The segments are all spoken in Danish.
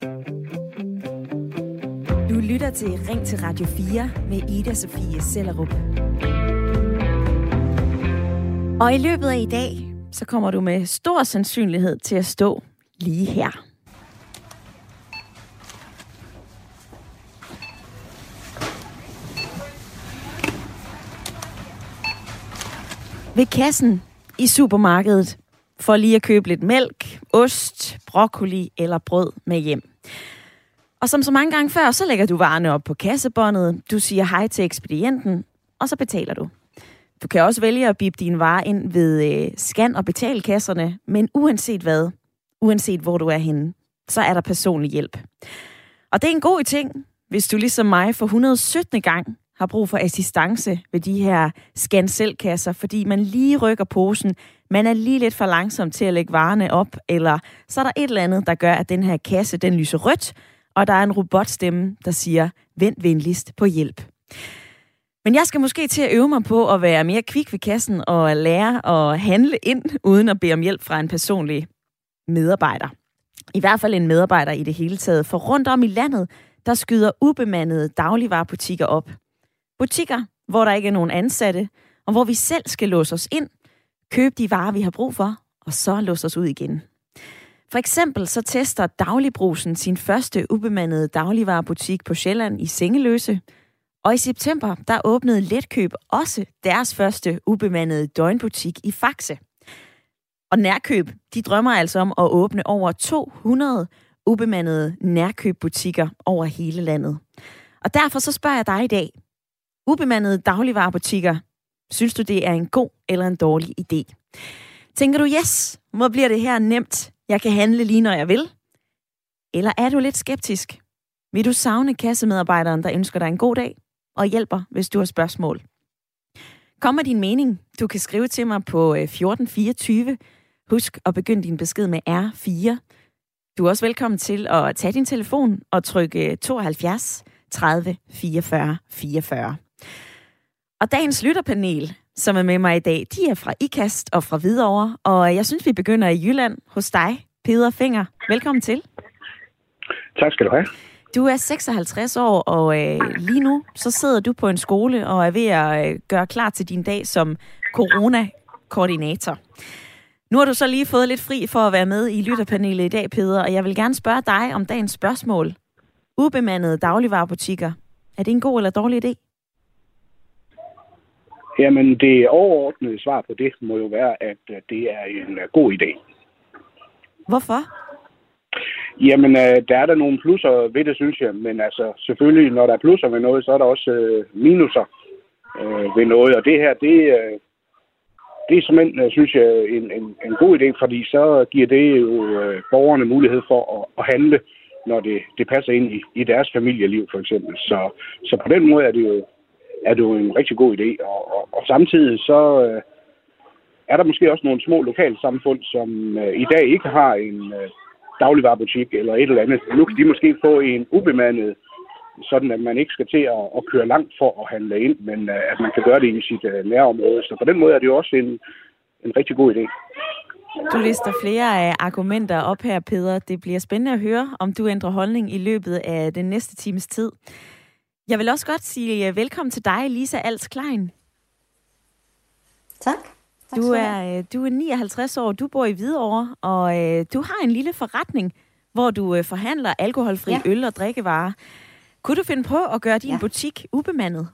Du lytter til Ring til Radio 4 med Ida Sofie Sellerup. Og i løbet af i dag, så kommer du med stor sandsynlighed til at stå lige her. Ved kassen i supermarkedet for lige at købe lidt mælk, ost, broccoli eller brød med hjem. Og som så mange gange før, så lægger du varerne op på kassebåndet, du siger hej til ekspedienten, og så betaler du. Du kan også vælge at bippe dine varer ind ved scan- og betalkasserne, men uanset hvad, uanset hvor du er henne, så er der personlig hjælp. Og det er en god ting, hvis du ligesom mig for 117. gang har brug for assistance ved de her scan-selv-kasser, fordi man lige rykker posen, man er lige lidt for langsom til at lægge varerne op, eller så er der et eller andet, der gør, at den her kasse, den lyser rødt, og der er en robotstemme, der siger, vent venligst på hjælp. Men jeg skal måske til at øve mig på at være mere kvik ved kassen og lære at handle ind, uden at bede om hjælp fra en personlig medarbejder. I hvert fald en medarbejder i det hele taget, for rundt om i landet, der skyder ubemandede dagligvarebutikker op. Butikker, hvor der ikke er nogen ansatte, og hvor vi selv skal låse os ind, købe de varer, vi har brug for, og så låse os ud igen. For eksempel så tester Dagligbrusen sin første ubemandede dagligvarebutik på Sjælland i Sengeløse, og i september, der åbnede Letkøb også deres første ubemandede døgnbutik i Fakse. Og Nærkøb, de drømmer altså om at åbne over 200 ubemandede Nærkøb-butikker over hele landet. Og derfor så spørger jeg dig i dag, ubemandede dagligvarebutikker, synes du det er en god eller en dårlig idé? Tænker du, yes, hvor bliver det her nemt? Jeg kan handle lige når jeg vil? Eller er du lidt skeptisk? Vil du savne kassemedarbejderen, der ønsker dig en god dag og hjælper, hvis du har spørgsmål? Kom med din mening. Du kan skrive til mig på 1424. Husk at begynde din besked med R4. Du er også velkommen til at tage din telefon og trykke 72 30 44 44. Og dagens lytterpanel, som er med mig i dag, de er fra IKAST og fra Hvidovre, og jeg synes, vi begynder i Jylland hos dig, Peder Fenger. Velkommen til. Tak skal du have. Du er 56 år, og lige nu så sidder du på en skole og er ved at gøre klar til din dag som corona-koordinator. Nu har du så lige fået lidt fri for at være med i lytterpanelet i dag, Peder, og jeg vil gerne spørge dig om dagens spørgsmål. Ubemandede dagligvarebutikker. Er det en god eller dårlig idé? Jamen, det overordnede svar på det må jo være, at det er en god idé. Hvorfor? Jamen, der er der nogle plusser ved det, synes jeg. Men altså, selvfølgelig, når der er plusser ved noget, så er der også minuser ved noget. Og det her, det er simpelthen, synes jeg, en god idé, fordi så giver det jo borgerne mulighed for at handle, når det passer ind i deres familieliv, for eksempel. Så på den måde er det jo en rigtig god idé. Og samtidig så er der måske også nogle små lokale samfund, som i dag ikke har en dagligvarebutik eller et eller andet. Nu kan de måske få en ubemandet, sådan at man ikke skal til at køre langt for at handle ind, men at man kan gøre det i sit nærområde. Så på den måde er det jo også en rigtig god idé. Du lister flere af argumenter op her, Peder. Det bliver spændende at høre, om du ændrer holdning i løbet af den næste times tid. Jeg vil også godt sige velkommen til dig, Lisa Als Klein. Tak. Du er 59 år, du bor i Hvidovre, og du har en lille forretning, hvor du forhandler alkoholfri øl og drikkevarer. Kunne du finde på at gøre din butik ubemandet?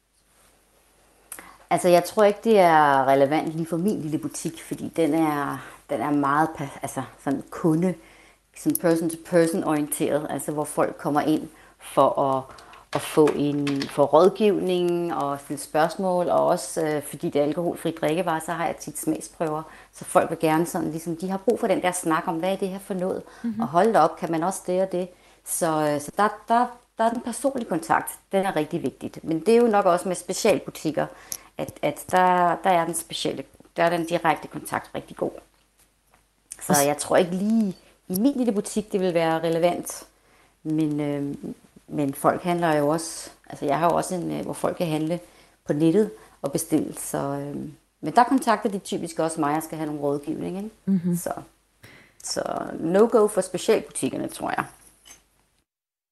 Altså, jeg tror ikke, det er relevant lige for min lille butik, fordi den er meget sådan kunde, sådan person-to-person orienteret, altså hvor folk kommer ind for at få rådgivning og stille spørgsmål, og også fordi det er alkoholfri drikkevarer, så har jeg tit smagsprøver, så folk vil gerne sådan, ligesom, de har brug for den der snak om, hvad er det her for noget, og hold da op, kan man også det og det, så der er den personlige kontakt, den er rigtig vigtigt, men det er jo nok også med specialbutikker, at der er den direkte kontakt rigtig god. Så jeg tror ikke lige i min lille butik, det vil være relevant, men folk handler jo også, altså jeg har jo også hvor folk kan handle på nettet og bestille, men der kontakter de typisk også mig, jeg skal have nogle rådgivning, ikke? Mm-hmm. Så no go for specialbutikkerne, tror jeg.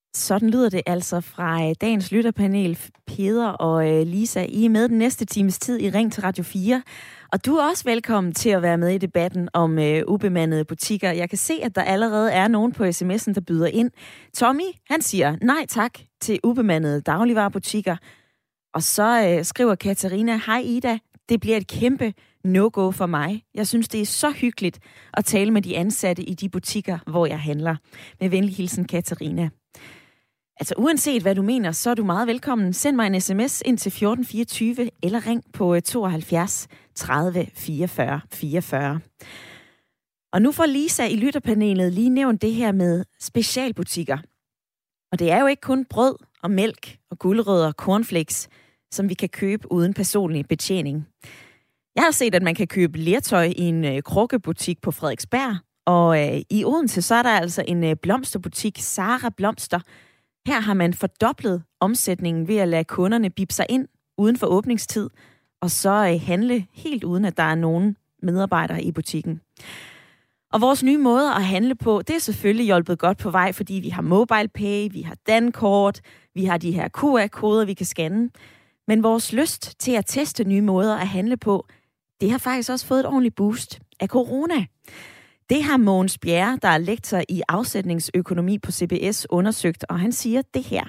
Sådan lyder det altså fra dagens lytterpanel. Peder og Lisa, I er med den næste times tid i Ring til Radio 4. Og du er også velkommen til at være med i debatten om ubemandede butikker. Jeg kan se, at der allerede er nogen på sms'en, der byder ind. Tommy, han siger nej tak til ubemandede dagligvarebutikker. Og så skriver Katarina, hej Ida, det bliver et kæmpe no-go for mig. Jeg synes, det er så hyggeligt at tale med de ansatte i de butikker, hvor jeg handler. Med venlig hilsen, Katarina. Altså uanset hvad du mener, så er du meget velkommen. Send mig en sms ind til 1424 eller ring på 72 30 44 44. Og nu får Lisa i lytterpanelet lige nævnt det her med specialbutikker. Og det er jo ikke kun brød og mælk og gulerødder og cornflakes, som vi kan købe uden personlig betjening. Jeg har set, at man kan købe lertøj i en krukkebutik på Frederiksberg, og i Odense så er der altså en blomsterbutik, Sara Blomster. Her har man fordoblet omsætningen ved at lade kunderne bippe sig ind uden for åbningstid, og så handle helt uden, at der er nogen medarbejdere i butikken. Og vores nye måder at handle på, det er selvfølgelig hjulpet godt på vej, fordi vi har MobilePay, vi har Dankort, vi har de her QR-koder, vi kan scanne. Men vores lyst til at teste nye måder at handle på, det har faktisk også fået et ordentligt boost af corona. Det har Mogens Bjerre, der er lektor i afsætningsøkonomi på CBS, undersøgt, og han siger det her.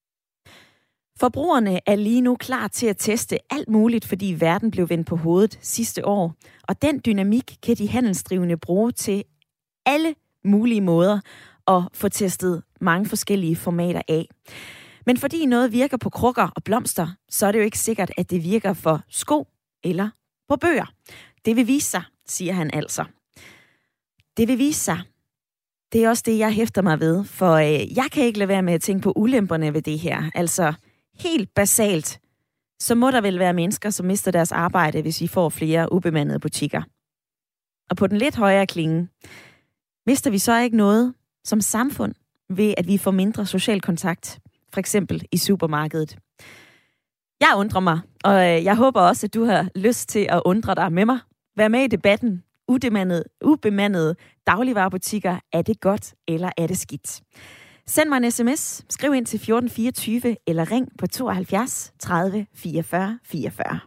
Forbrugerne er lige nu klar til at teste alt muligt, fordi verden blev vendt på hovedet sidste år. Og den dynamik kan de handelsdrivende bruge til alle mulige måder at få testet mange forskellige formater af. Men fordi noget virker på krukker og blomster, så er det jo ikke sikkert, at det virker for sko eller på bøger. Det vil vise sig, siger han altså. Det vil vise sig. Det er også det, jeg hæfter mig ved, for jeg kan ikke lade være med at tænke på ulemperne ved det her. Altså helt basalt, så må der vel være mennesker, som mister deres arbejde, hvis vi får flere ubemandede butikker. Og på den lidt højere klinge, mister vi så ikke noget som samfund ved, at vi får mindre social kontakt, for eksempel i supermarkedet. Jeg undrer mig, og jeg håber også, at du har lyst til at undre dig med mig. Vær med i debatten. Ubemandede dagligvarebutikker, er det godt eller er det skidt? Send mig en sms, skriv ind til 1424 eller ring på 72 30 44 44.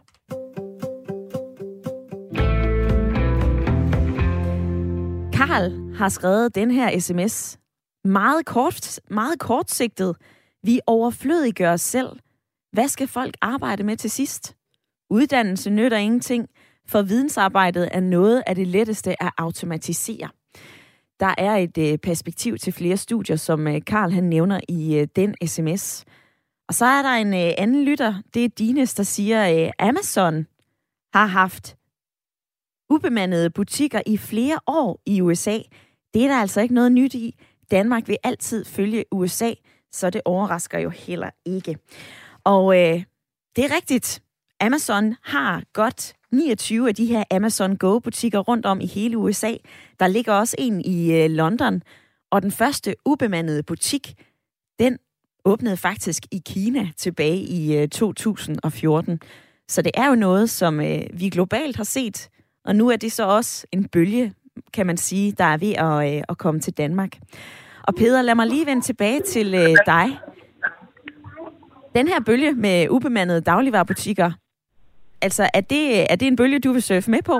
Karl har skrevet den her sms meget kortsigtet. Vi overflødiggør os selv. Hvad skal folk arbejde med til sidst? Uddannelse nytter ingenting, for vidensarbejdet er noget af det letteste at automatisere. Der er et perspektiv til flere studier, som Karl han nævner i den sms. Og så er der en anden lytter, det er Dines, der siger, Amazon har haft ubemandede butikker i flere år i USA. Det er der altså ikke noget nyt i. Danmark vil altid følge USA, så det overrasker jo heller ikke. Og det er rigtigt. Amazon har godt 29 af de her Amazon Go-butikker rundt om i hele USA. Der ligger også en i London. Og den første ubemandede butik, den åbnede faktisk i Kina tilbage i 2014. Så det er jo noget, som vi globalt har set. Og nu er det så også en bølge, kan man sige, der er ved at komme til Danmark. Og Peder, lad mig lige vende tilbage til dig. Den her bølge med ubemandede dagligvarebutikker, altså er det en bølge, du vil surfe med på?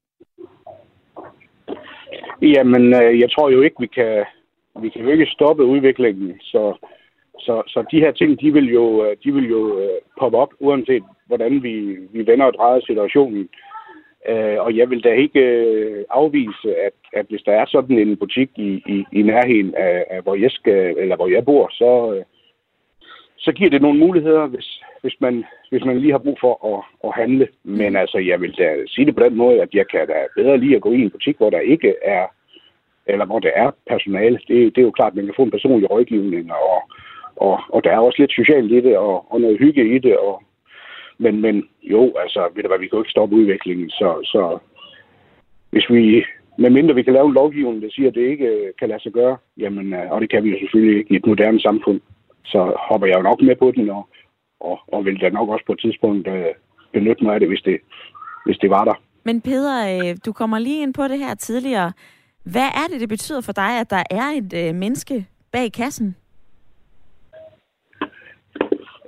Jamen, jeg tror jo ikke, vi kan jo ikke stoppe udviklingen, så de her ting, de vil jo poppe op, uanset hvordan vi vender og drejer situationen. Og jeg vil da ikke afvise, at hvis der er sådan en butik i nærheden af hvor jeg bor, så giver det nogle muligheder, hvis man lige har brug for at handle. Men altså, jeg vil da sige det på den måde, at jeg kan da bedre lige at gå i en butik, hvor der ikke er, eller hvor der er personale. Det er jo klart, at man kan få en personlig rådgivning, og der er også lidt socialt i det, og noget hygge i det, men jo, altså, ved du hvad, vi kan jo ikke stoppe udviklingen, så hvis vi, medmindre vi kan lave en lovgivning, der siger, at det ikke kan lade sig gøre, jamen, og det kan vi jo selvfølgelig ikke i et moderne samfund, så hopper jeg jo nok med på den, og vil da nok også på et tidspunkt benytte mig af det, hvis det var der. Men Peder, du kommer lige ind på det her tidligere. Hvad er det betyder for dig, at der er et menneske bag kassen?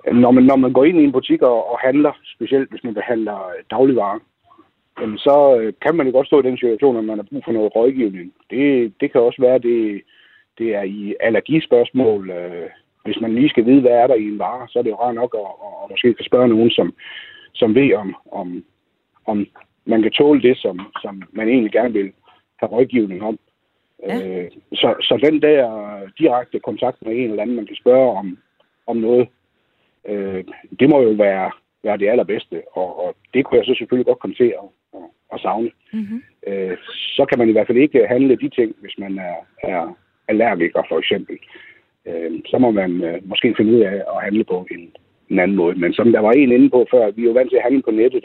Når man går ind i en butik og handler, specielt hvis man behandler dagligvarer, jamen så kan man jo godt stå i den situation, at man har brug for noget rådgivning. Det kan også være, det er i allergispørgsmål. Hvis man lige skal vide, hvad er der i en vare, så er det jo rart nok at måske kan spørge nogen, som ved om man kan tåle det, som man egentlig gerne vil have rådgivning om. Ja. Så den der direkte kontakt med en eller anden, man kan spørge om noget, det må jo være det allerbedste, og det kunne jeg så selvfølgelig godt komme til at savne. Mm-hmm. Så kan man i hvert fald ikke handle de ting, hvis man er allergiker for eksempel. Så må man måske finde ud af at handle på en anden måde. Men som der var en inde på før, vi er jo vant til at handle på nettet,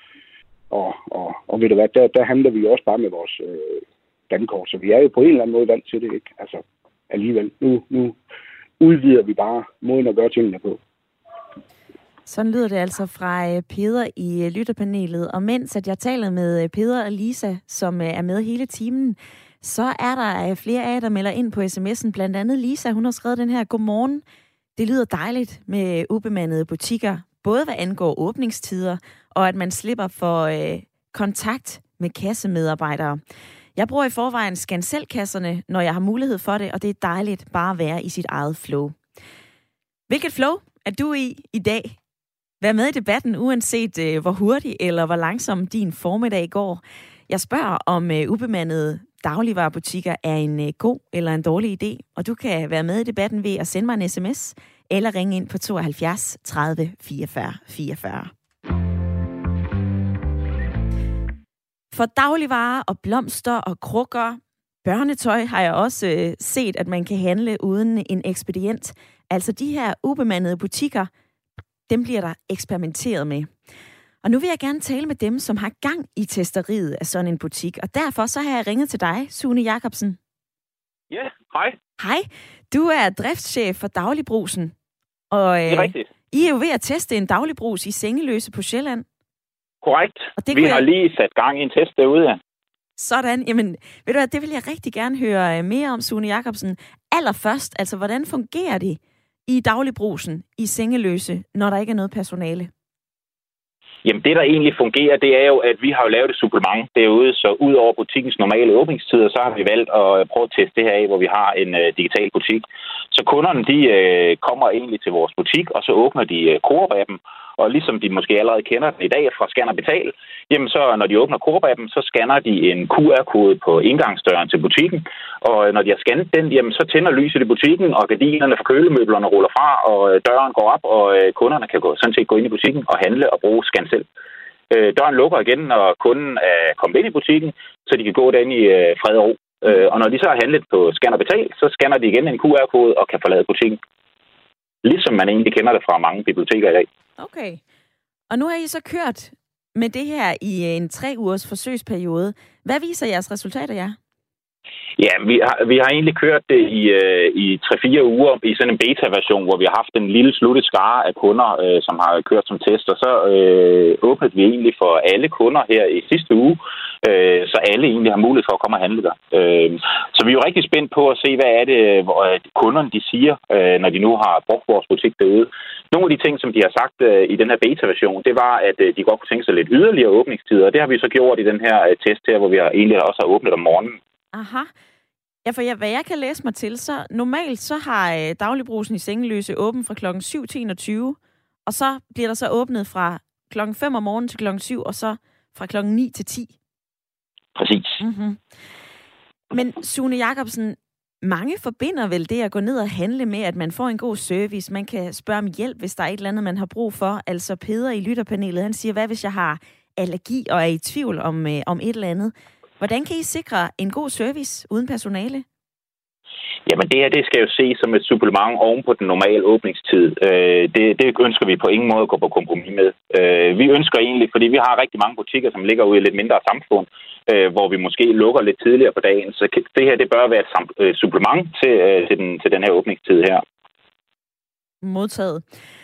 og ved du hvad, der handler vi også bare med vores dankort, så vi er jo på en eller anden måde vant til det, ikke? Altså alligevel. Nu udvider vi bare måden at gøre tingene på. Sådan lyder det altså fra Peder i lytterpanelet. Og mens at jeg taler med Peder og Lisa, som er med hele timen, så er der flere af jer, der melder ind på sms'en. Blandt andet Lisa, hun har skrevet den her: Godmorgen. Det lyder dejligt med ubemandede butikker, både hvad angår åbningstider, og at man slipper for kontakt med kassemedarbejdere. Jeg bruger i forvejen scan-selv-kasserne, når jeg har mulighed for det, og det er dejligt bare at være i sit eget flow. Hvilket flow er du i dag? Vær med i debatten, uanset hvor hurtig eller hvor langsom din formiddag går. Jeg spørger, om ubemandede dagligvarebutikker er en god eller en dårlig idé, og du kan være med i debatten ved at sende mig en sms eller ringe ind på 72 30 44 44. For dagligvarer og blomster og krukker, børnetøj har jeg også set, at man kan handle uden en ekspedient. Altså de her ubemandede butikker, dem bliver der eksperimenteret med. Og nu vil jeg gerne tale med dem, som har gang i testeriet af sådan en butik. Og derfor så har jeg ringet til dig, Sune Jacobsen. Ja, hej. Hej. Du er driftschef for Dagligbrusen. Og det er rigtigt. I er jo ved at teste en dagligbrus i Sengeløse på Sjælland. Korrekt. Vi har lige sat gang i en test derude, ja. Sådan. Jamen, ved du hvad, det vil jeg rigtig gerne høre mere om, Sune Jacobsen. Allerførst, altså, hvordan fungerer det i Dagligbrusen i Sengeløse, når der ikke er noget personale? Jamen, det der egentlig fungerer, det er jo, at vi har jo lavet et supplement derude, så ud over butikkens normale åbningstider, så har vi valgt at prøve at teste det her af, hvor vi har en digital butik. Så kunderne, de kommer egentlig til vores butik, og så åbner de Coop-appen, og ligesom de måske allerede kender den i dag fra Scan og Betal, jamen så når de åbner Coop-appen, så scanner de en QR-kode på indgangsdøren til butikken, og når de har scannet den, jamen så tænder lyset i butikken, og gardinerne for kølemøblerne ruller fra, og døren går op, og kunderne kan sådan set gå ind i butikken og handle og bruge Scan selv. Døren lukker igen, når kunden er kommet ind i butikken, så de kan gå den i fred og ro. Og når de så har handlet på Scan og Betal, så scanner de igen en QR-kode og kan forlade butikken. Ligesom man egentlig kender det fra mange biblioteker i dag. Okay. Og nu har I så kørt med det her i en 3 ugers forsøgsperiode. Hvad viser jeres resultater jer? Ja, vi har egentlig kørt det i 3-4 uger i sådan en beta-version, hvor vi har haft en lille sluttet skare af kunder, som har kørt som test, og så åbnede vi egentlig for alle kunder her i sidste uge, så alle egentlig har mulighed for at komme og handle der. Så vi er jo rigtig spændt på at se, hvad er det, hvor kunderne de siger, når de nu har brugt vores butik derude. Nogle af de ting, som de har sagt i den her beta-version, det var, at de godt kunne tænke sig lidt yderligere åbningstider, og det har vi så gjort i den her test her, hvor vi egentlig også har åbnet om morgenen. Aha. Ja, for hvad jeg kan læse mig til, så normalt så har Dagligbrusen i Sengeløse åben fra klokken 7 til 21, og så bliver der så åbnet fra klokken 5 om morgenen til klokken 7, og så fra klokken 9 til 10. Præcis. Mm-hmm. Men Sune Jacobsen, mange forbinder vel det at gå ned og handle med, at man får en god service. Man kan spørge om hjælp, hvis der er et eller andet, man har brug for. Altså Peder i lytterpanelet, han siger, hvad hvis jeg har allergi og er i tvivl om et eller andet? Hvordan kan I sikre en god service uden personale? Jamen det skal jo ses som et supplement oven på den normale åbningstid. Det ønsker vi på ingen måde at gå på kompromis med. Vi ønsker egentlig, fordi vi har rigtig mange butikker, som ligger ude i lidt mindre samfund, hvor vi måske lukker lidt tidligere på dagen. Så det her, det bør være et supplement til den her åbningstid her. Modtaget.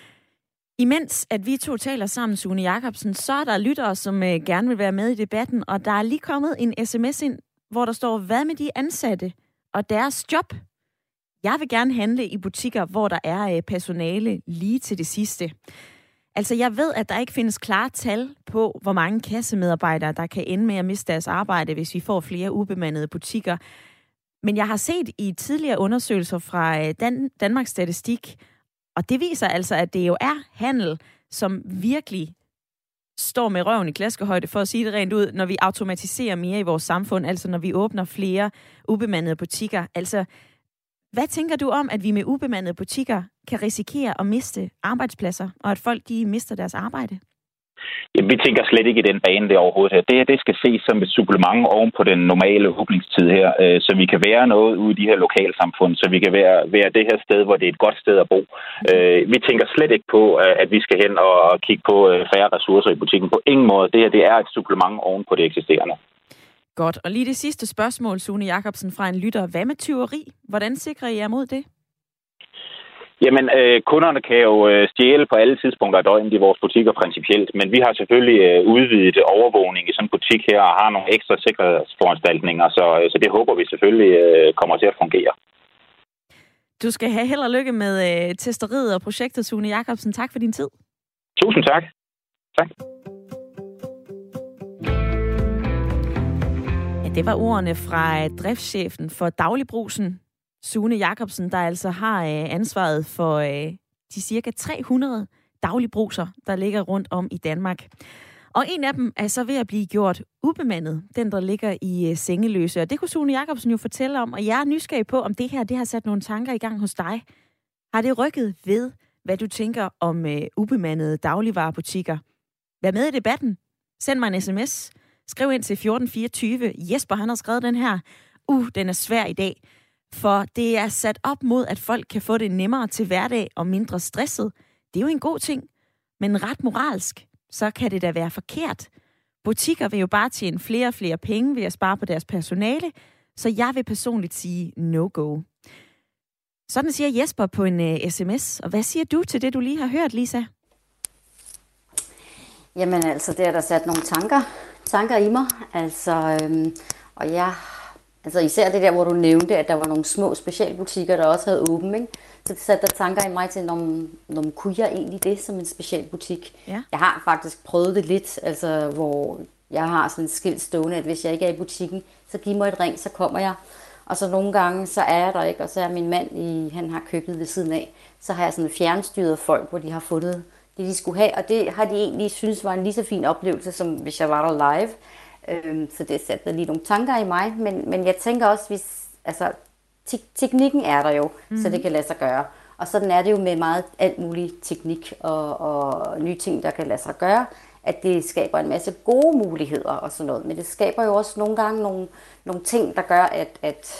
Imens at vi to taler sammen, Sune Jacobsen, så er der lyttere, som gerne vil være med i debatten, og der er lige kommet en sms ind, hvor der står, hvad med de ansatte og deres job? Jeg vil gerne handle i butikker, hvor der er personale lige til det sidste. Altså, jeg ved, at der ikke findes klare tal på, hvor mange kassemedarbejdere, der kan ende med at miste deres arbejde, hvis vi får flere ubemandede butikker. Men jeg har set i tidligere undersøgelser fra Danmarks Statistik, og det viser altså, at det jo er handel, som virkelig står med røven i klaskehøjde, for at sige det rent ud, når vi automatiserer mere i vores samfund, altså når vi åbner flere ubemandede butikker. Altså, hvad tænker du om, at vi med ubemandede butikker kan risikere at miste arbejdspladser, og at folk de mister deres arbejde? Jamen, vi tænker slet ikke i den bane det overhovedet her. Det skal ses som et supplement oven på den normale åbningstid her, så vi kan være noget ude i de her lokalsamfund, så vi kan være det her sted, hvor det er et godt sted at bo. Vi tænker slet ikke på, at vi skal hen og kigge på færre ressourcer i butikken. På ingen måde. Det her det er et supplement oven på det eksisterende. Godt. Og lige det sidste spørgsmål, Sune Jacobsen fra en lytter. Hvad med tyveri? Hvordan sikrer I jer mod det? Jamen, kunderne kan jo stjæle på alle tidspunkter af døgnet i vores butikker principielt, men vi har selvfølgelig udvidet overvågning i sådan en butik her og har nogle ekstra sikkerhedsforanstaltninger, så det håber vi selvfølgelig kommer til at fungere. Du skal have held og lykke med testeriet og projektet, Sune Jacobsen. Tak for din tid. Tusind tak. Tak. Ja, det var ordene fra driftschefen for Dagligbrusen, Sune Jacobsen, der altså har ansvaret for de cirka 300 dagligbruser, der ligger rundt om i Danmark. Og en af dem er så ved at blive gjort ubemandet, den der ligger i Sengeløse. Og det kunne Sune Jacobsen jo fortælle om, og jeg er nysgerrig på, om det her det har sat nogle tanker i gang hos dig. Har det rykket ved, hvad du tænker om ubemandede dagligvarebutikker? Vær med i debatten. Send mig en sms. Skriv ind til 1424. Jesper, han har skrevet den her. Den er svær i dag. For det er sat op mod, at folk kan få det nemmere til hverdag og mindre stresset. Det er jo en god ting, men ret moralsk, så kan det da være forkert. Butikker vil jo bare tjene flere og flere penge ved at spare på deres personale, så jeg vil personligt sige no-go. Sådan siger Jesper på en sms. Og hvad siger du til det, du lige har hørt, Lisa? Jamen altså, det er der sat nogle tanker i mig. Altså især det der, hvor du nævnte, at der var nogle små specialbutikker, der også havde åben, ikke? Så det satte der tanker i mig til, når kunne jeg egentlig det som en specialbutik? Ja. Jeg har faktisk prøvet det lidt, altså hvor jeg har sådan et skilt stående, at hvis jeg ikke er i butikken, så giv mig et ring, så kommer jeg. Og så nogle gange, så er jeg der ikke, og så er min mand, han har køkkenet ved siden af, så har jeg sådan fjernstyret folk, hvor de har fundet det, de skulle have, og det har de egentlig synes var en lige så fin oplevelse, som hvis jeg var der live. Så det satte lige nogle tanker i mig, men jeg tænker også, teknikken er der jo, så det kan lade sig gøre. Og sådan er det jo med meget alt mulig teknik og nye ting, der kan lade sig gøre, at det skaber en masse gode muligheder og sådan noget. Men det skaber jo også nogle gange nogle ting, der gør, at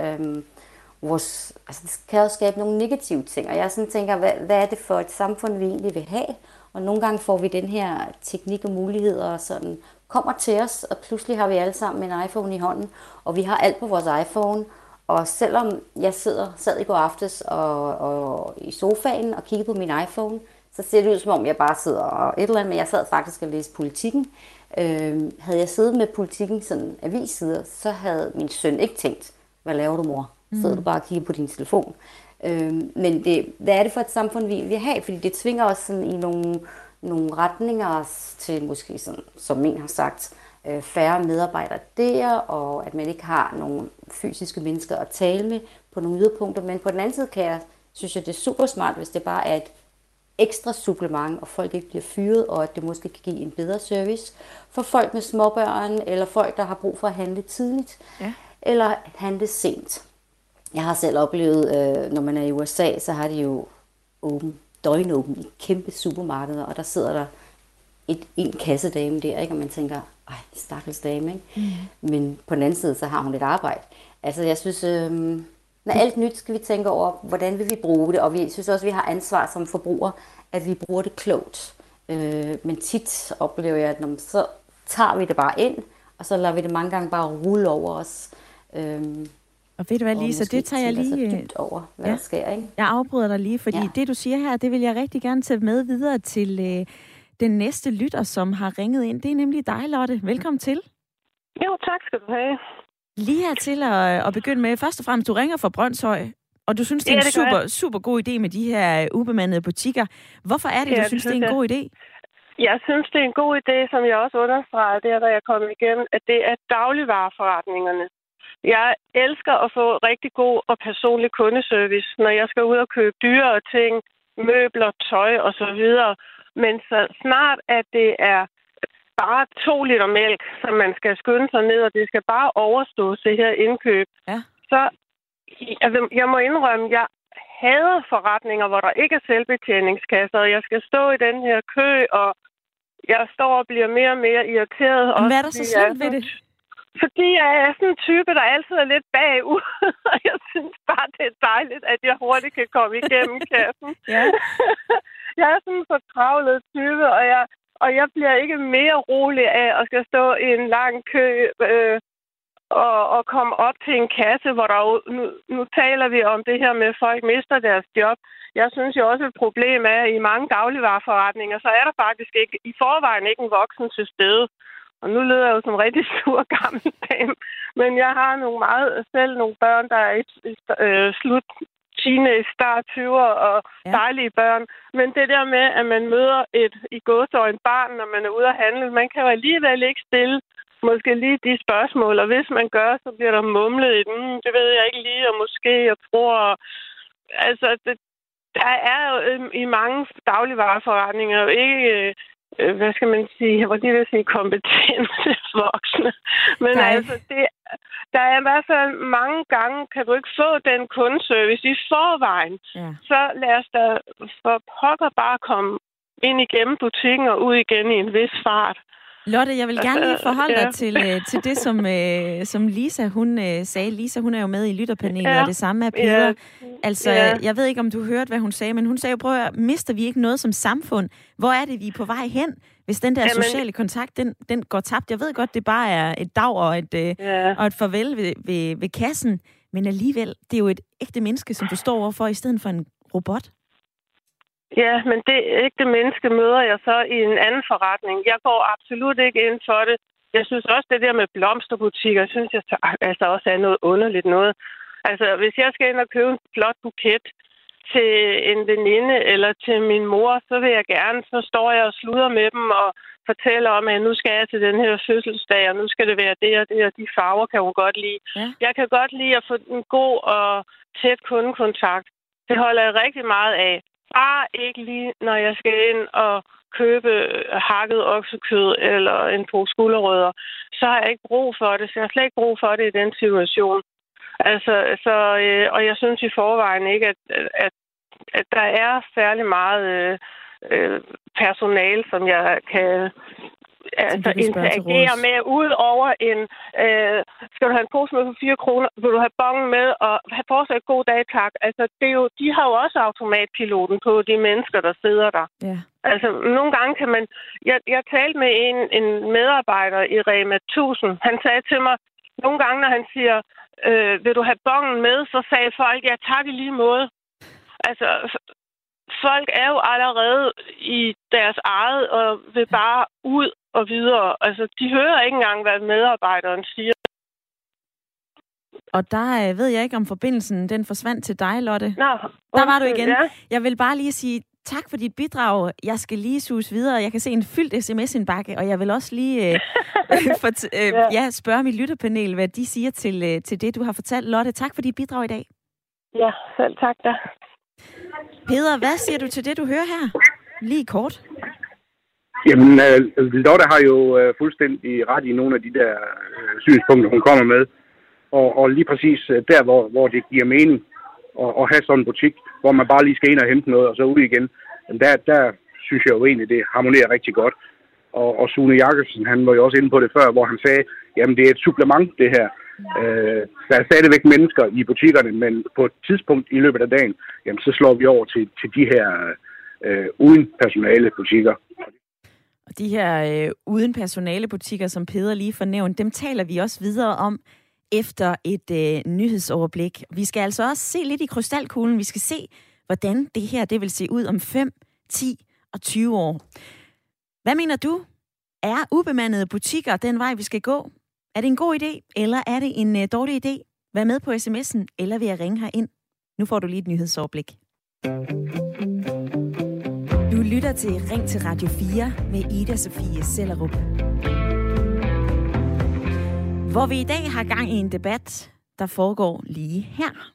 det kan også skabe nogle negative ting. Og jeg sådan tænker, hvad er det for et samfund, vi egentlig vil have? Og nogle gange får vi den her teknik og muligheder og sådan kommer til os, og pludselig har vi alle sammen en iPhone i hånden, og vi har alt på vores iPhone. Og selvom jeg sad i går aftes og i sofaen og kiggede på min iPhone, så ser det ud som om jeg bare sidder og et eller andet, men jeg sad faktisk og læste Politikken. Havde jeg siddet med Politikken, sådan avissider, så havde min søn ikke tænkt, hvad laver du, mor? Sidder du bare og kigger på din telefon? Men hvad er det for et samfund, vi vil have? Fordi det tvinger os sådan i nogle retninger til måske, sådan, som en har sagt, færre medarbejdere der, og at man ikke har nogle fysiske mennesker at tale med på nogle yderpunkter. Men på den anden side synes jeg, det er super smart, hvis det bare er et ekstra supplement, og folk ikke bliver fyret, og at det måske kan give en bedre service for folk med småbørn, eller folk, der har brug for at handle tidligt, eller handle sent. Jeg har selv oplevet, når man er i USA, så har de jo døgnåben i kæmpe supermarkeder, og der sidder der en kassedame der, ikke? Og man tænker, ej, stakkels dame, ikke? Men på den anden side, så har hun et arbejde. Altså, jeg synes, med alt nyt skal vi tænke over, hvordan vil vi bruge det, og vi synes også, vi har ansvar som forbrugere, at vi bruger det klogt. Men tit oplever jeg, at så tager vi det bare ind, og så lader vi det mange gange bare rulle over os. Og ved du hvad, Lisa, det tager jeg lige dybt over, hvad der sker, ikke? Jeg afbryder dig lige, fordi det, du siger her, det vil jeg rigtig gerne tage med videre til den næste lytter, som har ringet ind. Det er nemlig dig, Lotte. Velkommen til. Jo, tak skal du have. Lige her til at begynde med, først og fremmest, du ringer fra Brønshøj. Og du synes, det er en super god idé med de her ubemandede butikker. Hvorfor er det, du synes, det er en god idé? Jeg synes, det er en god idé, som jeg også understregede der, da jeg kom igennem, at det er dagligvareforretningerne. Jeg elsker at få rigtig god og personlig kundeservice, når jeg skal ud og købe dyre ting, møbler, tøj osv. Men så snart, at det er bare 2 liter mælk, som man skal skynde sig ned, og det skal bare overstå det her indkøb, så jeg må indrømme, jeg hader forretninger, hvor der ikke er selvbetjeningskasser, og jeg skal stå i den her kø, og jeg står og bliver mere og mere irriteret. Men hvad er der så slemt ved det? Fordi jeg er sådan en type, der altid er lidt bagud, og jeg synes bare, det er dejligt, at jeg hurtigt kan komme igennem kassen. Ja. Jeg er sådan en fortravlet type, og jeg bliver ikke mere rolig af at skal stå i en lang kø og komme op til en kasse, hvor der nu taler vi om det her med, at folk mister deres job. Jeg synes jo også, et problem er, at i mange dagligvareforretninger, så er der faktisk ikke i forvejen ikke en voksen til stede. Og nu lyder jeg jo som en rigtig sur gammel dame. Men jeg har selv nogle børn, der er i slut teenage, start 20'er og dejlige børn. Men det der med, at man møder et i gåseøjne barn, når man er ude at handle, man kan jo alligevel ikke stille måske lige de spørgsmål. Og hvis man gør, så bliver der mumlet i den. Det ved jeg ikke lige, og måske jeg tror. Altså, der er jo i mange dagligvareforretninger jo ikke hvad skal man sige, hvor de vil sige kompetente voksne. Men der er i hvert fald mange gange, kan du ikke få den kundeservice i forvejen. Ja. Så lad os da for pokker bare komme ind igennem butikken og ud igen i en vis fart. Lotte, jeg vil gerne lige forholde dig til det, som Lisa hun sagde. Lisa, hun er jo med i lytterpanelet, og det samme er Peder. Altså, jeg ved ikke, om du hørte, hvad hun sagde, men hun sagde jo, prøv at mister vi ikke noget som samfund? Hvor er det, vi er på vej hen, hvis den der sociale kontakt, den går tabt? Jeg ved godt, det bare er et dag og et farvel ved kassen, men alligevel, det er jo et ægte menneske, som du står overfor, i stedet for en robot. Ja, men det ægte menneske møder jeg så i en anden forretning. Jeg går absolut ikke ind for det. Jeg synes også, det der med blomsterbutikker, synes jeg altså også er noget underligt noget. Altså, hvis jeg skal ind og købe en flot buket til en veninde eller til min mor, så vil jeg gerne, så står jeg og sluder med dem og fortæller om, at nu skal jeg til den her fødselsdag, og nu skal det være det og det, og de farver kan hun godt lide. Ja. Jeg kan godt lide at få en god og tæt kundekontakt. Det holder jeg rigtig meget af. Bare ikke lige, når jeg skal ind og købe hakket oksekød eller en pose gulerødder, så har jeg ikke brug for det. Så jeg har slet ikke brug for det i den situation. Altså, og jeg synes i forvejen ikke, at der er særlig meget personale, som jeg kan interagere med, ud over en, skal du have en pose med for 4 kroner, vil du have bongen med, og have fortsat god dag, tak. Altså, det er jo, de har jo også automatpiloten på, de mennesker, der sidder der. Yeah. Altså, nogle gange kan man, jeg talte med en medarbejder i Rema 1000, han sagde til mig, nogle gange, når han siger, vil du have bongen med, så sagde folk, ja tak i lige måde. Altså, folk er jo allerede i deres eget og vil bare ud og videre. Altså, de hører ikke engang, hvad medarbejderen siger. Og der ved jeg ikke, om forbindelsen den forsvandt til dig, Lotte. Der var du igen. Ja. Jeg vil bare lige sige tak for dit bidrag. Jeg skal lige sus videre. Jeg kan se en fyldt sms-indbakke, og jeg vil også lige spørge mit lytterpanel, hvad de siger til det, du har fortalt. Lotte, tak for dit bidrag i dag. Ja, selv tak da. Peder, hvad siger du til det, du hører her? Lige kort. Jamen, Lotte har jo fuldstændig ret i nogle af de der synspunkter, hun kommer med. Og lige præcis der, hvor det giver mening at have sådan en butik, hvor man bare lige skal ind og hente noget, og så ud igen. Der synes jeg jo egentlig, det harmonerer rigtig godt. Og Sune Jakobsen, han var jo også inde på det før, hvor han sagde, jamen det er et supplement, det her. Der er stadigvæk mennesker i butikkerne, men på et tidspunkt i løbet af dagen, jamen så slår vi over til de her uden personale butikker. Og de her uden personale butikker, som Peder lige fornævnte, dem taler vi også videre om efter et nyhedsoverblik. Vi skal altså også se lidt i krystalkuglen. Vi skal se, hvordan det her det vil se ud om 5, 10 og 20 år. Hvad mener du? Er ubemandede butikker den vej, vi skal gå? Er det en god idé, eller er det en dårlig idé? Vær med på sms'en, eller vil jeg ringe herind? Nu får du lige et nyhedsoverblik. Du lytter til Ring til Radio 4 med Ida Sofie Sellerup. Hvor vi i dag har gang i en debat, der foregår lige her.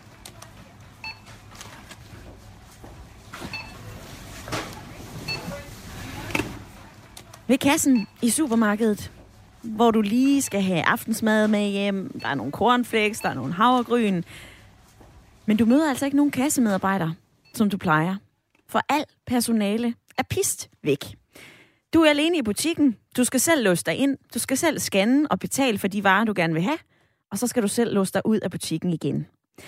Ved kassen i supermarkedet, hvor du lige skal have aftensmad med hjem, der er nogle cornflakes, der er nogle havregryn, men du møder altså ikke nogen kassemedarbejder, som du plejer. For al personale er pist væk. Du er alene i butikken, du skal selv låse dig ind, du skal selv scanne og betale for de varer, du gerne vil have, og så skal du selv låse dig ud af butikken igen.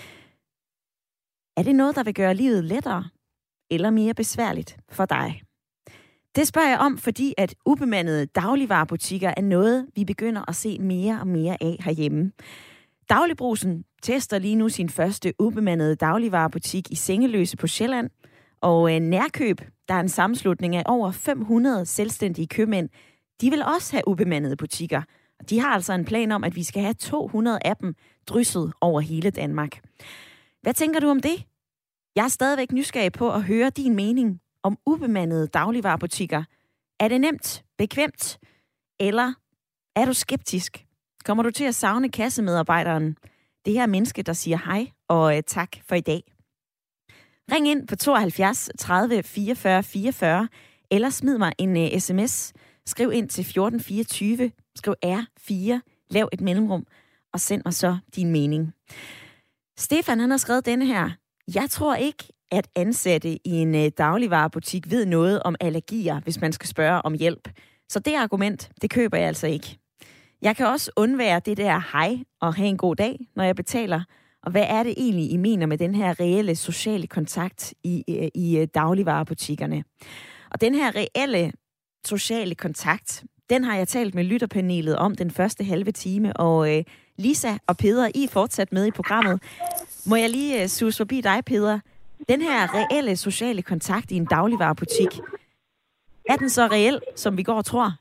Er det noget, der vil gøre livet lettere eller mere besværligt for dig? Det spørger jeg om, fordi at ubemandede dagligvarebutikker er noget, vi begynder at se mere og mere af herhjemme. Dagligbrusen tester lige nu sin første ubemandede dagligvarebutik i Sengeløse på Sjælland. Og Nærkøb, der er en sammenslutning af over 500 selvstændige købmænd, de vil også have ubemandede butikker. De har altså en plan om, at vi skal have 200 af dem drysset over hele Danmark. Hvad tænker du om det? Jeg er stadigvæk nysgerrig på at høre din mening om ubemandede dagligvarebutikker. Er det nemt, bekvemt, eller er du skeptisk? Kommer du til at savne kassemedarbejderen? Det her menneske, der siger hej og tak for i dag. Ring ind på 72 30 44 44, eller smid mig en sms. Skriv ind til 1424, skriv R4, lav et mellemrum, og send mig så din mening. Stefan, han har skrevet denne her. Jeg tror ikke, at ansatte i en dagligvarebutik ved noget om allergier, hvis man skal spørge om hjælp. Så det argument, det køber jeg altså ikke. Jeg kan også undvære det der hej og have en god dag, når jeg betaler. Og hvad er det egentlig, I mener med den her reelle sociale kontakt i dagligvarebutikkerne? Og den her reelle sociale kontakt, den har jeg talt med lytterpanelet om den første halve time. Og Lisa og Peder, I er fortsat med i programmet. Må jeg lige sus forbi dig, Peder? Den her reelle sociale kontakt i en dagligvarebutik, er den så reel, som vi går og tror?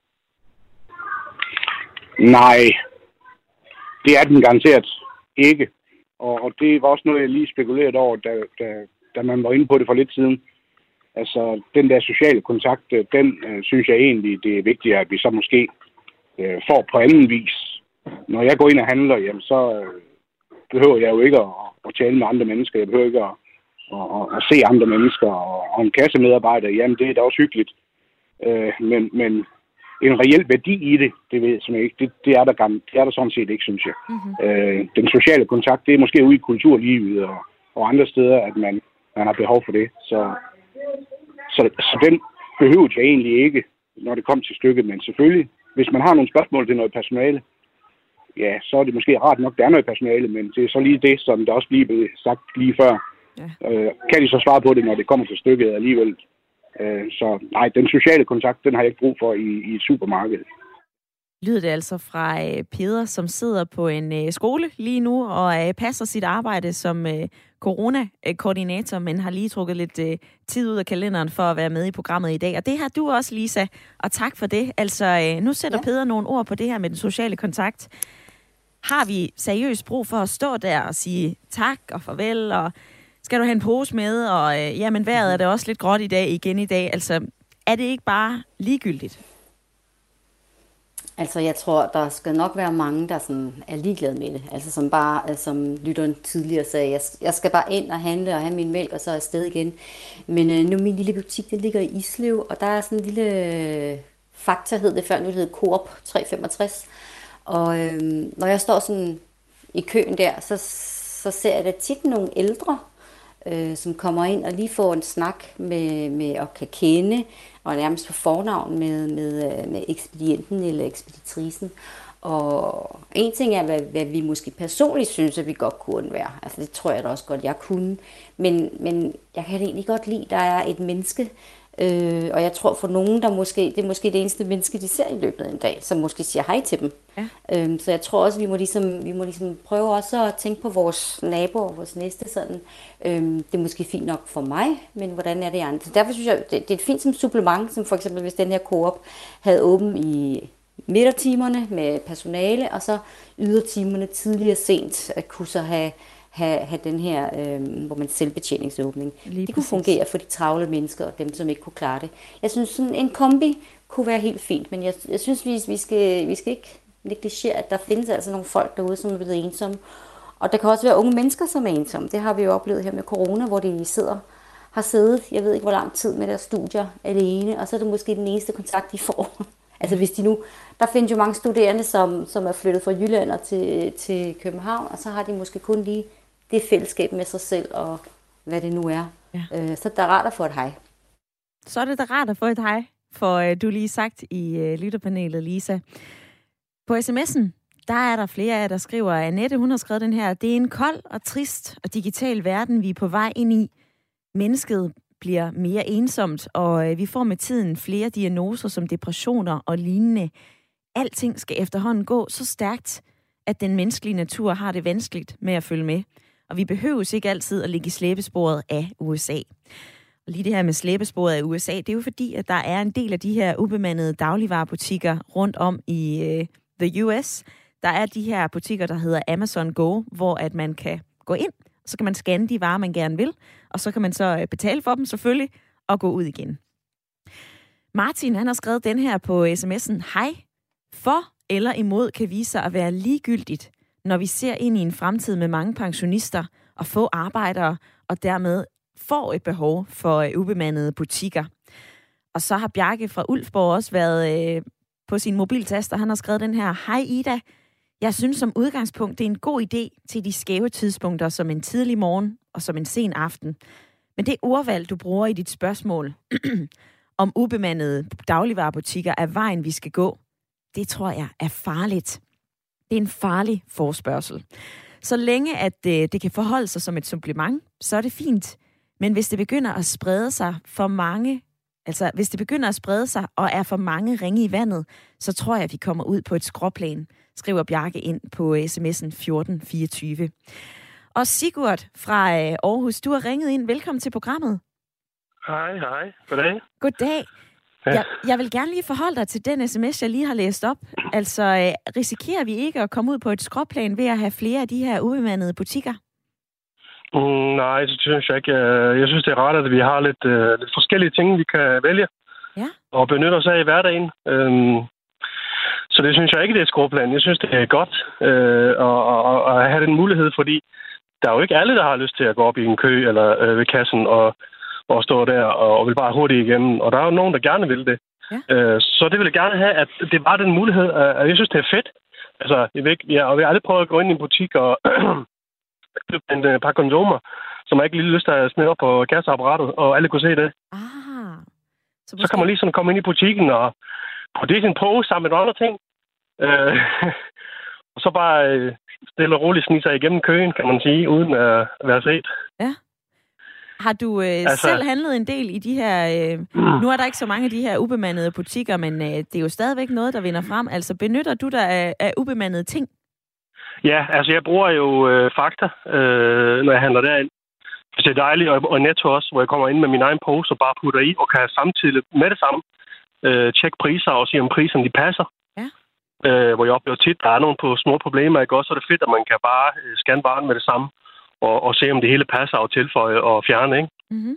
Nej, det er den garanteret ikke. Og det var også noget, jeg lige spekulerede over, da man var inde på det for lidt siden. Altså, den der sociale kontakt, den synes jeg egentlig, det er vigtigt, at vi så måske får på anden vis. Når jeg går ind og handler, jamen, så behøver jeg jo ikke at tale med andre mennesker. Jeg behøver ikke at se andre mennesker. Og en kassemedarbejder, jamen, det er da også hyggeligt. Men en reel værdi i det ved jeg simpelthen ikke. Det er der sådan set ikke, synes jeg. Mm-hmm. Den sociale kontakt, det er måske ude i kulturlivet og andre steder, at man har behov for det. Så den behøver jeg egentlig ikke, når det kommer til stykket. Men selvfølgelig, hvis man har nogle spørgsmål til noget personale, ja, så er det måske rart nok, der er noget personale, men det er så lige det, som der også blev sagt lige før. Ja. Kan de så svare på det, når det kommer til stykket alligevel? Så nej, den sociale kontakt, den har jeg ikke brug for i et supermarked. Lyder det altså fra Peder, som sidder på en skole lige nu og passer sit arbejde som corona-koordinator, men har lige trukket lidt tid ud af kalenderen for at være med i programmet i dag. Og det har du også, Lisa, og tak for det. Altså, nu sætter Peder nogle ord på det her med den sociale kontakt. Har vi seriøst brug for at stå der og sige tak og farvel, og skal du have en pose med, og jamen vejret er det også lidt gråt igen i dag. Altså, er det ikke bare ligegyldigt? Altså, jeg tror, der skal nok være mange, der sådan er ligeglade med det. Altså, som bare, som lytteren tidligere sagde, jeg skal bare ind og handle og have min mælk, og så afsted igen. Men nu min lille butik, den ligger i Islev, og der er sådan en lille Fakta, hed det før, nu det hedder Coop 365. Og når jeg står sådan i køen der, så ser jeg da tit nogle ældre, som kommer ind og lige får en snak med og kan kende, og nærmest på fornavn med ekspedienten eller ekspeditricen. Og en ting er, hvad vi måske personligt synes, at vi godt kunne være. Altså det tror jeg da også godt, jeg kunne. Men jeg kan egentlig godt lide, at der er et menneske, og jeg tror for nogen, det er måske det eneste menneske, de ser i løbet af en dag, som måske siger hej til dem. Ja. Så jeg tror også, vi må ligesom prøve også at tænke på vores naboer, vores næste sådan. Det er måske fint nok for mig, men hvordan er det andre? Så derfor synes jeg, det er et fint som supplement, som for eksempel hvis den her Coop havde åben i midtertimerne med personale, og så ydertimerne tidligere sent at kunne så have have den her, hvor man selvbetjeningsåbning. Lige det kunne præcis. fungere for de travle mennesker og dem, som ikke kunne klare det. Jeg synes, sådan en kombi kunne være helt fint, men jeg synes, vi skal ikke negligere, at der findes altså nogle folk derude, som er blevet ensomme. Og der kan også være unge mennesker, som er ensomme. Det har vi jo oplevet her med corona, hvor de har siddet, jeg ved ikke hvor lang tid, med deres studier alene, og så er det måske den eneste kontakt, de får. Altså hvis de nu, der findes jo mange studerende, som er flyttet fra Jylland og til København, og så har de måske kun lige det fællesskab med sig selv, og hvad det nu er. Ja. Så det er rart at få et hej. Så er det da rart at få et hej, for du lige sagt i lytterpanelet, Lisa. På sms'en, der er der flere af jer, der skriver, at Annette, hun har skrevet den her: det er en kold og trist og digital verden, vi er på vej ind i. Mennesket bliver mere ensomt, og vi får med tiden flere diagnoser som depressioner og lignende. Alting skal efterhånden gå så stærkt, at den menneskelige natur har det vanskeligt med at følge med. Og vi behøves ikke altid at ligge i slæbesporet af USA. Og lige det her med slæbesporet af USA, det er jo fordi, at der er en del af de her ubemandede dagligvarebutikker rundt om i the US. Der er de her butikker, der hedder Amazon Go, hvor at man kan gå ind, så kan man scanne de varer, man gerne vil, og så kan man så betale for dem selvfølgelig, og gå ud igen. Martin, han har skrevet den her på sms'en: hej, for eller imod kan vise sig at være ligegyldigt, når vi ser ind i en fremtid med mange pensionister og få arbejdere, og dermed får et behov for ubemandede butikker. Og så har Bjarke fra Ulfborg også været på sin mobiltaster. Han har skrevet den her: hej Ida, jeg synes som udgangspunkt, det er en god idé til de skæve tidspunkter, som en tidlig morgen og som en sen aften. Men det ordvalg, du bruger i dit spørgsmål om ubemandede dagligvarebutikker er vejen, vi skal gå, det tror jeg er farligt. Det er en farlig forespørgsel. Så længe at det kan forholde sig som et supplement, så er det fint. Men hvis det begynder at sprede sig for mange, altså hvis det begynder at sprede sig og er for mange ringe i vandet, så tror jeg, at vi kommer ud på et skråplan, skriver Bjarke ind på sms'en 1424. Og Sigurd fra Aarhus, du har ringet ind. Velkommen til programmet. Hej. Goddag. Goddag. Ja. Jeg vil gerne lige forholde dig til den sms, jeg lige har læst op. Altså, risikerer vi ikke at komme ud på et skråplan ved at have flere af de her ubemandede butikker? Nej, det synes jeg ikke. Jeg synes, det er rart, at vi har lidt forskellige ting, vi kan vælge og benytte os af i hverdagen. Så det synes jeg ikke, det er et skråplan. Jeg synes, det er godt at have den mulighed, fordi der er jo ikke alle, der har lyst til at gå op i en kø eller ved kassen og stå der og vil bare hurtigt igennem. Og der er jo nogen, der gerne vil det. Ja. Så det vil jeg gerne have, at det var den mulighed. Jeg synes, det er fedt. Altså, jeg har aldrig prøvet at gå ind i en butik og købe en par kondomer, som jeg ikke lige lyst til at smide op på kasseapparatet, og alle kunne se det. Så kan man lige sådan komme ind i butikken og putte det i sin pose sammen med nogle andre ting. Og så bare stille og roligt snige sig igennem køen, kan man sige, uden at være set. Ja. Har du selv handlet en del i de her... Nu er der ikke så mange af de her ubemandede butikker, men det er jo stadigvæk noget, der vinder frem. Altså, benytter du dig af ubemandede ting? Ja, altså jeg bruger jo Fakta, når jeg handler derind. Så det er dejligt, og Netto også, hvor jeg kommer ind med min egen pose og bare putter i, og kan samtidig med det samme tjekke priser og se, om priserne de passer. Ja. Hvor jeg oplever tit, der er nogle små problemer, ikke også? Så er det fedt, at man kan bare scanne varen med det samme, og se, om det hele passer og tilføje og fjerne, ikke? Mm-hmm.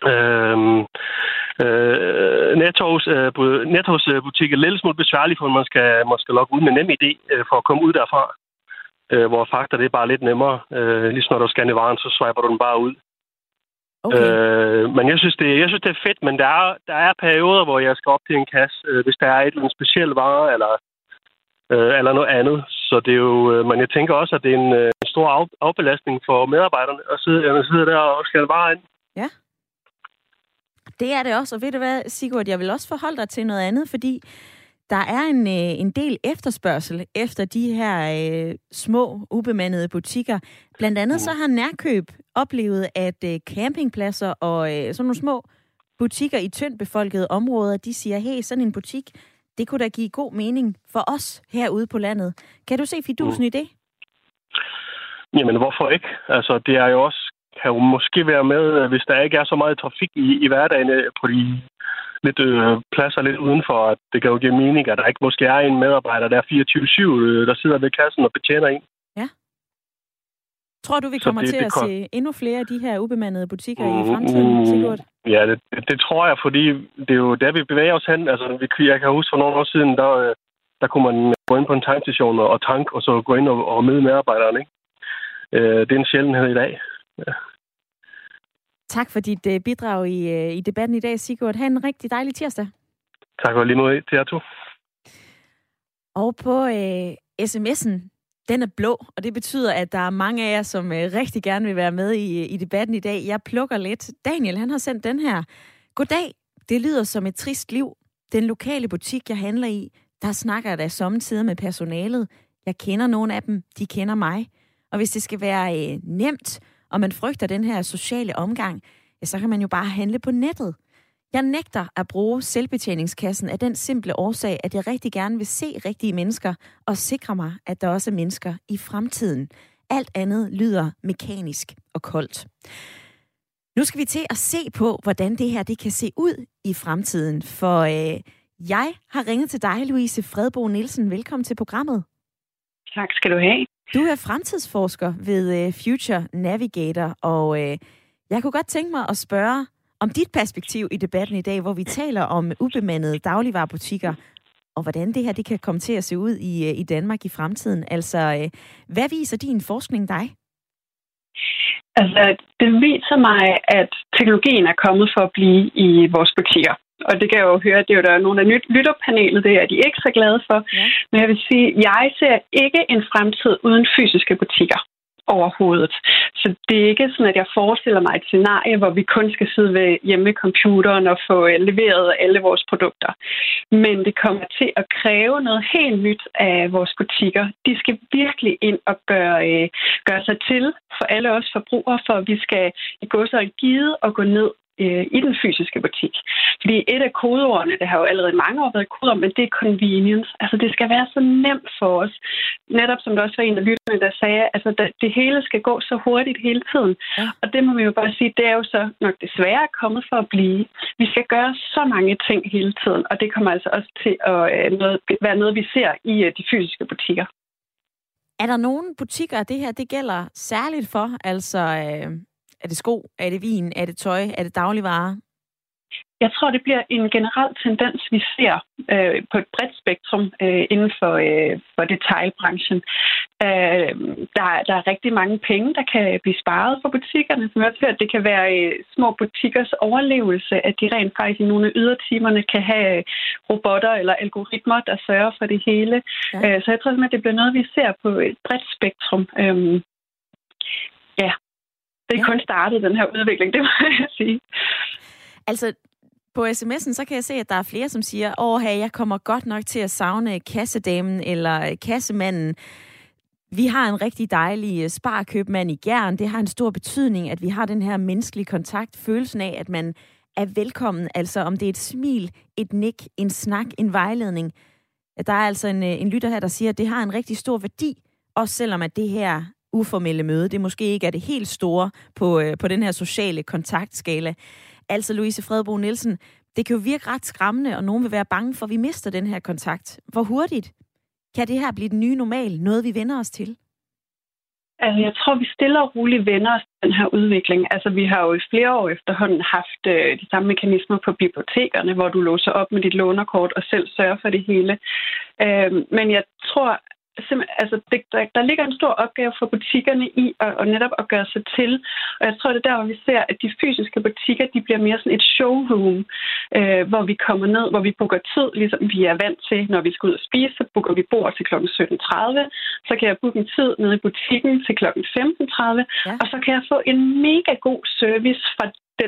Nettos butik er lidt smule besværlig, for man skal logge ud med NemID for at komme ud derfra. Hvor Fakta, det er bare lidt nemmere. Ligesom når du scanner varen, så swiper du den bare ud. Okay. Men jeg synes, det er fedt, men der er perioder, hvor jeg skal op til en kasse, hvis der er et eller andet specielt vare, eller noget andet. Så det er jo... Men jeg tænker også, at det er en stor afbelastning for medarbejderne at sidde der og scanne varer ind. Ja. Det er det også, og ved du hvad, Sigurd, jeg vil også forholde dig til noget andet, fordi der er en del efterspørgsel efter de her små, ubemandede butikker. Blandt andet så har Nærkøb oplevet, at campingpladser og sådan nogle små butikker i tyndt befolkede områder, de siger, hey, sådan en butik, det kunne da give god mening for os herude på landet. Kan du se fidusen i det? Jamen, hvorfor ikke? Altså, det er jo også, kan jo måske være med, hvis der ikke er så meget trafik i hverdagen på de lidt pladser lidt udenfor, at det kan jo give mening, at der ikke måske er en medarbejder, der er 24/7, der sidder ved kassen og betjener en. Ja. Tror du, vi kommer til at se endnu flere af de her ubemandede butikker i fremtiden, Sigurd? Ja, det tror jeg, fordi det er jo der, vi bevæger os hen. Altså, jeg kan huske for nogle år siden, der kunne man gå ind på en tankstation og tank, og så gå ind og møde medarbejderne, ikke? Det er en sjældenhed i dag. Ja. Tak for dit bidrag i debatten i dag, Sigurd. Ha' en rigtig dejlig tirsdag. Tak for lige måde til jer to. Og på sms'en, den er blå, og det betyder, at der er mange af jer, som rigtig gerne vil være med i debatten i dag. Jeg plukker lidt. Daniel, han har sendt den her. Goddag, det lyder som et trist liv. Den lokale butik, jeg handler i, der snakker jeg da sommetider med personalet. Jeg kender nogle af dem, de kender mig. Og hvis det skal være nemt, og man frygter den her sociale omgang, ja, så kan man jo bare handle på nettet. Jeg nægter at bruge selvbetjeningskassen af den simple årsag, at jeg rigtig gerne vil se rigtige mennesker og sikre mig, at der også er mennesker i fremtiden. Alt andet lyder mekanisk og koldt. Nu skal vi til at se på, hvordan det her det kan se ud i fremtiden. For jeg har ringet til dig, Louise Fredbo Nielsen. Velkommen til programmet. Tak skal du have. Du er fremtidsforsker ved Future Navigator, og jeg kunne godt tænke mig at spørge om dit perspektiv i debatten i dag, hvor vi taler om ubemandede dagligvarebutikker, og hvordan det her det kan komme til at se ud i Danmark i fremtiden. Altså, hvad viser din forskning dig? Altså, det viser mig, at teknologien er kommet for at blive i vores butikker. Og det kan jeg jo høre, det er jo der nogle af lytterpanelet, det er de ikke så glade for. Ja. Men jeg vil sige, jeg ser ikke en fremtid uden fysiske butikker overhovedet. Så det er ikke sådan, at jeg forestiller mig et scenarie, hvor vi kun skal sidde hjemme ved computeren og få leveret alle vores produkter. Men det kommer til at kræve noget helt nyt af vores butikker. De skal virkelig ind og gøre sig til for alle os forbrugere, for at vi skal gå så gide og gå ned i den fysiske butik. Fordi et af kodeordene, det har jo allerede mange år været kodeord, men det er convenience. Altså det skal være så nemt for os. Netop som der også var en af lytterne, der sagde, altså det hele skal gå så hurtigt hele tiden. Ja. Og det må vi jo bare sige, det er jo så nok desværre kommet for at blive. Vi skal gøre så mange ting hele tiden, og det kommer altså også til at være noget, vi ser i de fysiske butikker. Er der nogle butikker, det her det gælder særligt for? Altså er det sko? Er det vin? Er det tøj? Er det dagligvarer? Jeg tror, det bliver en generel tendens, vi ser på et bredt spektrum inden for detailbranchen. Der er rigtig mange penge, der kan blive sparet for butikkerne. Som jeg har hørt, det kan være små butikkers overlevelse, at de rent faktisk i nogle af ydertimerne kan have robotter eller algoritmer, der sørger for det hele. Ja. Så jeg tror simpelthen, det bliver noget, vi ser på et bredt spektrum. Ja. Det er kun startet, den her udvikling, det må jeg sige. Altså, på sms'en, så kan jeg se, at der er flere, som siger, hey, jeg kommer godt nok til at savne kassedamen eller kassemanden. Vi har en rigtig dejlig sparkøbmand i Gjern. Det har en stor betydning, at vi har den her menneskelige kontakt, følelsen af, at man er velkommen. Altså, om det er et smil, et nik, en snak, en vejledning. Der er altså en lytter her, der siger, at det har en rigtig stor værdi, også selvom at det her uformelle møde, det måske ikke er det helt store på den her sociale kontaktskala. Altså, Louise Fredbo Nielsen, det kan jo virke ret skræmmende, og nogen vil være bange for, at vi mister den her kontakt. Hvor hurtigt kan det her blive den nye normal, noget vi vender os til? Altså, jeg tror, vi stille og roligt vender os til den her udvikling. Altså, vi har jo i flere år efterhånden haft de samme mekanismer på bibliotekerne, hvor du låser op med dit lånerkort og selv sørger for det hele. Men jeg tror, altså, der ligger en stor opgave for butikkerne i at netop at gøre sig til. Og jeg tror, det er der, hvor vi ser, at de fysiske butikker, de bliver mere sådan et showroom, hvor vi kommer ned, hvor vi booker tid, ligesom vi er vant til, når vi skal ud og spise, så booker vi bord til kl. 17.30. Så kan jeg booke en tid nede i butikken til kl. 15.30, og så kan jeg få en mega god service fra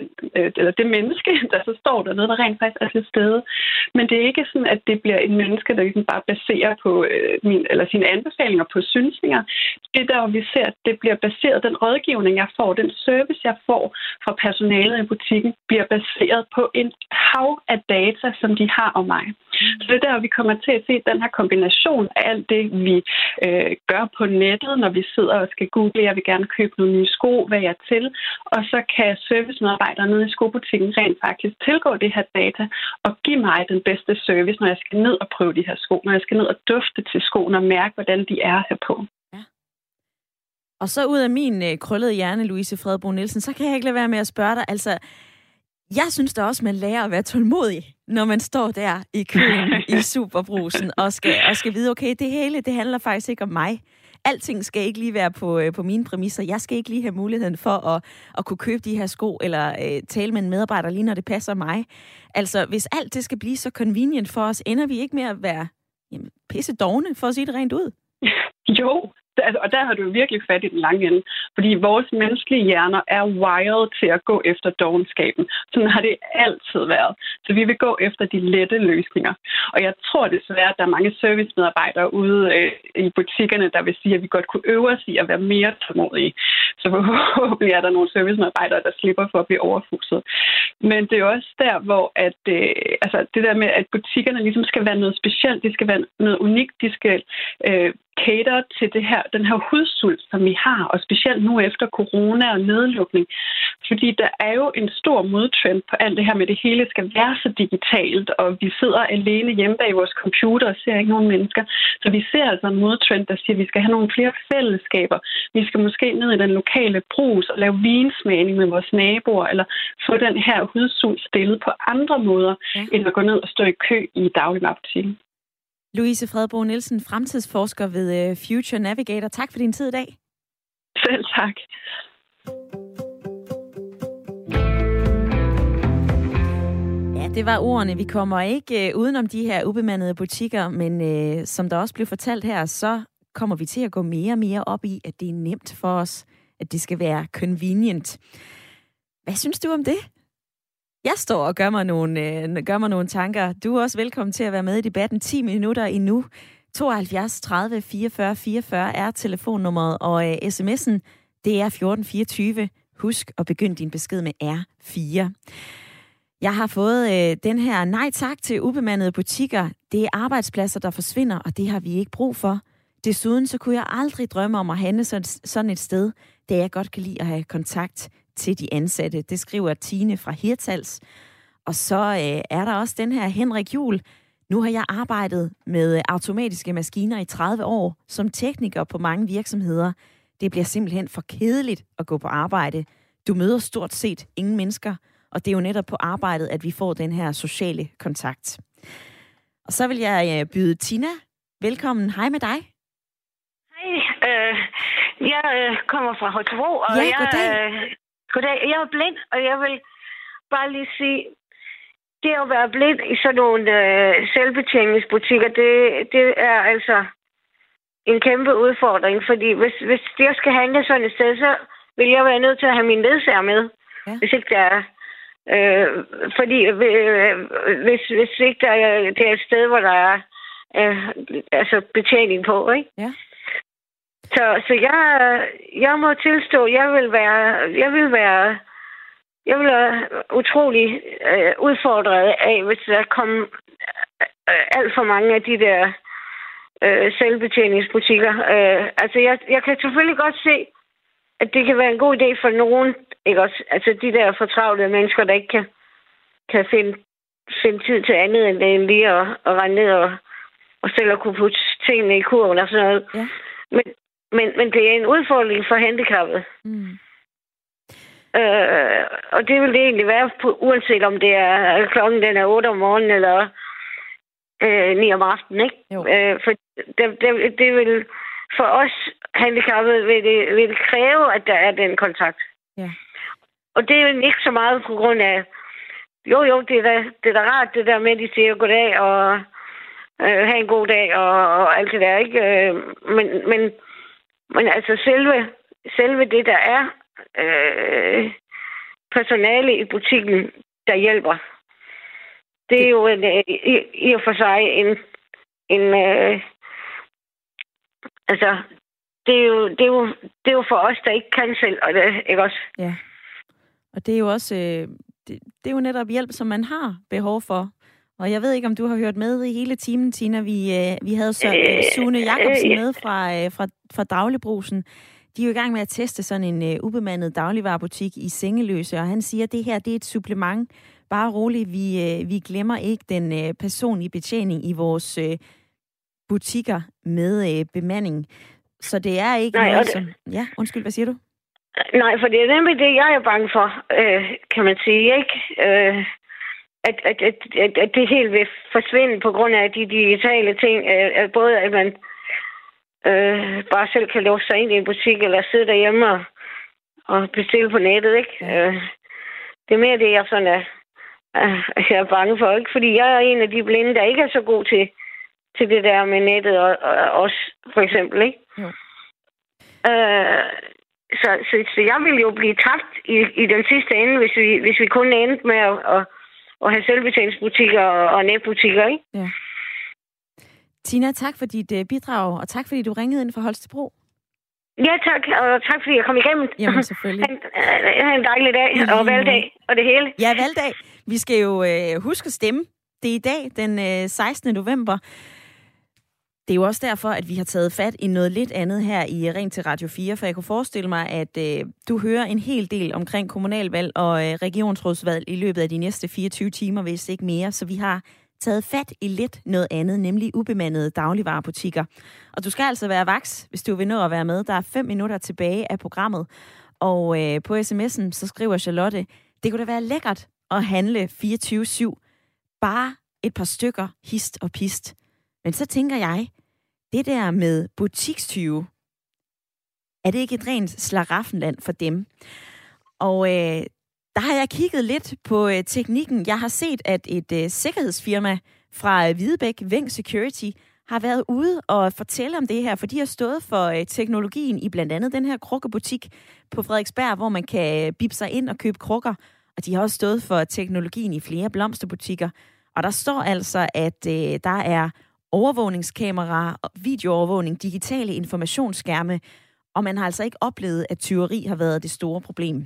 det menneske, der så står dernede, der rent faktisk er til stede. Men det er ikke sådan, at det bliver en menneske, der ligesom bare baserer på sine anbefalinger på synsninger. Det er der, hvor vi ser, at det bliver baseret, den rådgivning, jeg får, den service, jeg får fra personalet i butikken, bliver baseret på en hav af data, som de har om mig. Så det er der, vi kommer til at se den her kombination af alt det, vi gør på nettet, når vi sidder og skal google, jeg vil gerne købe nogle nye sko, hvad jeg er til, og så kan servicemedarbejdere nede i skobutikken rent faktisk tilgå det her data og give mig den bedste service, når jeg skal ned og prøve de her sko, når jeg skal ned og dufte til skoene og mærke, hvordan de er herpå. Ja. Og så ud af min krøllede hjerne, Louise Fredbo Nielsen, så kan jeg ikke lade være med at spørge dig, altså, jeg synes da også, man lærer at være tålmodig, når man står der i køen i Superbrugsen og skal vide, okay, det hele, det handler faktisk ikke om mig. Alting skal ikke lige være på mine præmisser. Jeg skal ikke lige have muligheden for at kunne købe de her sko, eller tale med en medarbejder lige når det passer mig. Altså, hvis alt det skal blive så convenient for os, ender vi ikke med at være pisse dogne, for at sige det rent ud? Jo, og der har du virkelig fat i den lange ende. Fordi vores menneskelige hjerner er wired til at gå efter dovenskaben. Sådan har det altid været. Så vi vil gå efter de lette løsninger. Og jeg tror desværre, at der er mange servicemedarbejdere ude i butikkerne, der vil sige, at vi godt kunne øve os i at være mere tålmodige. Så forhåbentlig er der nogle servicemedarbejdere, der slipper for at blive overfuset. Men det er også der, hvor det der med, at butikkerne ligesom skal være noget specielt, det skal være noget unikt, de skal cater til den her hudsult, som vi har, og specielt nu efter corona og nedlukning. Fordi der er jo en stor modtrend på alt det her med, det hele skal være så digitalt, og vi sidder alene hjemme bag vores computer og ser ikke nogen mennesker. Så vi ser altså en modtrend, der siger, at vi skal have nogle flere fællesskaber. Vi skal måske ned i den lokale brugs og lave vinsmagning med vores naboer, eller få den her hudsult stillet på andre måder, end at gå ned og stå i kø i dagligvarebutikken. Louise Fredbo Nielsen, fremtidsforsker ved Future Navigator. Tak for din tid i dag. Selv tak. Ja, det var ordene. Vi kommer ikke udenom de her ubemandede butikker, men som der også blev fortalt her, så kommer vi til at gå mere og mere op i, at det er nemt for os, at det skal være Hvad synes du om det? Jeg står og gør mig nogle tanker. Du er også velkommen til at være med i debatten. 10 minutter endnu. 72 30 44 44 er telefonnummeret, og sms'en, det er 1424. Husk at begynde din besked med R4. Jeg har fået den her nej tak til ubemandede butikker. Det er arbejdspladser, der forsvinder, og det har vi ikke brug for. Desuden så kunne jeg aldrig drømme om at handle sådan et sted, da jeg godt kan lide at have kontakt til de ansatte. Det skriver Tine fra Hirtshals. Og så er der også den her Henrik Juhl. Nu har jeg arbejdet med automatiske maskiner i 30 år som tekniker på mange virksomheder. Det bliver simpelthen for kedeligt at gå på arbejde. Du møder stort set ingen mennesker, og det er jo netop på arbejdet, at vi får den her sociale kontakt. Og så vil jeg byde Tina velkommen. Hej med dig. Hej, jeg kommer fra Holstebro, og goddag. Jeg er blind, og jeg vil bare lige sige, det at være blind i sådan nogle selvbetjeningsbutikker, det er altså en kæmpe udfordring, fordi hvis jeg skal handle sådan et sted, så vil jeg være nødt til at have min ledsager med, hvis ikke der er. Fordi hvis ikke der er, det er et sted, hvor der er altså betjening på, ikke? Ja. Så jeg må tilstå, jeg vil være utrolig udfordret af, hvis der kom alt for mange af de der selvbetjeningsbutikker. Altså jeg kan selvfølgelig godt se, at det kan være en god idé for nogen, ikke også? Altså de der fortravlede mennesker, der ikke kan finde tid til andet end lige at rende ned og selv at kunne putte tingene i kurven og sådan noget. Ja. Men det er en udfordring for handicappede. Mm. Og det vil det egentlig være, uanset om det er klokken den er 8 om morgenen eller 9 om aftenen, ikke? For det vil for os handicappede vil det kræve, at der er den kontakt. Ja. Og det er jo ikke så meget på grund af, jo, det er da rart, det der med, at de siger goddag og have en god dag og alt det der, ikke? Men altså selve det, der er personale i butikken, der hjælper, det er jo i og for sig altså det er jo for os, der ikke kan selv, og det, ikke også? Ja. Og det er jo også det er jo netop hjælp, som man har behov for. Og jeg ved ikke, om du har hørt med i hele timen, Tina. Vi havde Sune Jacobsen med fra Dagligbrugsen. De er jo i gang med at teste sådan en ubemandet dagligvarebutik i Sengeløse, og han siger, at det her det er et supplement. Bare roligt, vi glemmer ikke den personlige betjening i vores butikker med bemanding. Så det er ikke noget som... Ja, undskyld, hvad siger du? Nej, for det er nemlig det, jeg er bange for, kan man sige, ikke? At det helt vil forsvinde på grund af de digitale ting. Både at man bare selv kan låse sig ind i en butik, eller sidde derhjemme og bestille på nettet, ikke? Det er mere det, jeg sådan jeg er bange for, ikke? Fordi jeg er en af de blinde, der ikke er så god til det der med nettet, og også for eksempel, ikke? Jo. Så jeg vil jo blive tabt i den sidste ende, hvis vi kun endte med at have selvbetjeningsbutikker og netbutikker, ikke? Ja. Tina, tak for dit bidrag, og tak fordi du ringede ind fra Holstebro. Ja, tak, og tak fordi jeg kom igennem. Jamen, selvfølgelig. Ha' en dejlig dag, og valgdag, og det hele. Ja, valgdag. Vi skal jo huske at stemme. Det er i dag, den 16. november. Det er jo også derfor, at vi har taget fat i noget lidt andet her i Ring til Radio 4, for jeg kunne forestille mig, at du hører en hel del omkring kommunalvalg og regionsrådsvalg i løbet af de næste 24 timer, hvis ikke mere. Så vi har taget fat i lidt noget andet, nemlig ubemandede dagligvarebutikker. Og du skal altså være vaks, hvis du vil nå at være med. Der er 5 minutter tilbage af programmet. Og på sms'en, så skriver Charlotte, det kunne da være lækkert at handle 24/7. Bare et par stykker hist og pist. Men så tænker jeg, det der med butikstyve, er det ikke et rent slaraffenland for dem? Og der har jeg kigget lidt på teknikken. Jeg har set, at et sikkerhedsfirma fra Hvidebæk, Veng Security, har været ude og fortælle om det her, for de har stået for teknologien i blandt andet den her krukkebutik på Frederiksberg, hvor man kan bippe sig ind og købe krukker. Og de har også stået for teknologien i flere blomsterbutikker. Og der står altså, at der er overvågningskameraer, videoovervågning, digitale informationsskærme, og man har altså ikke oplevet, at tyveri har været det store problem.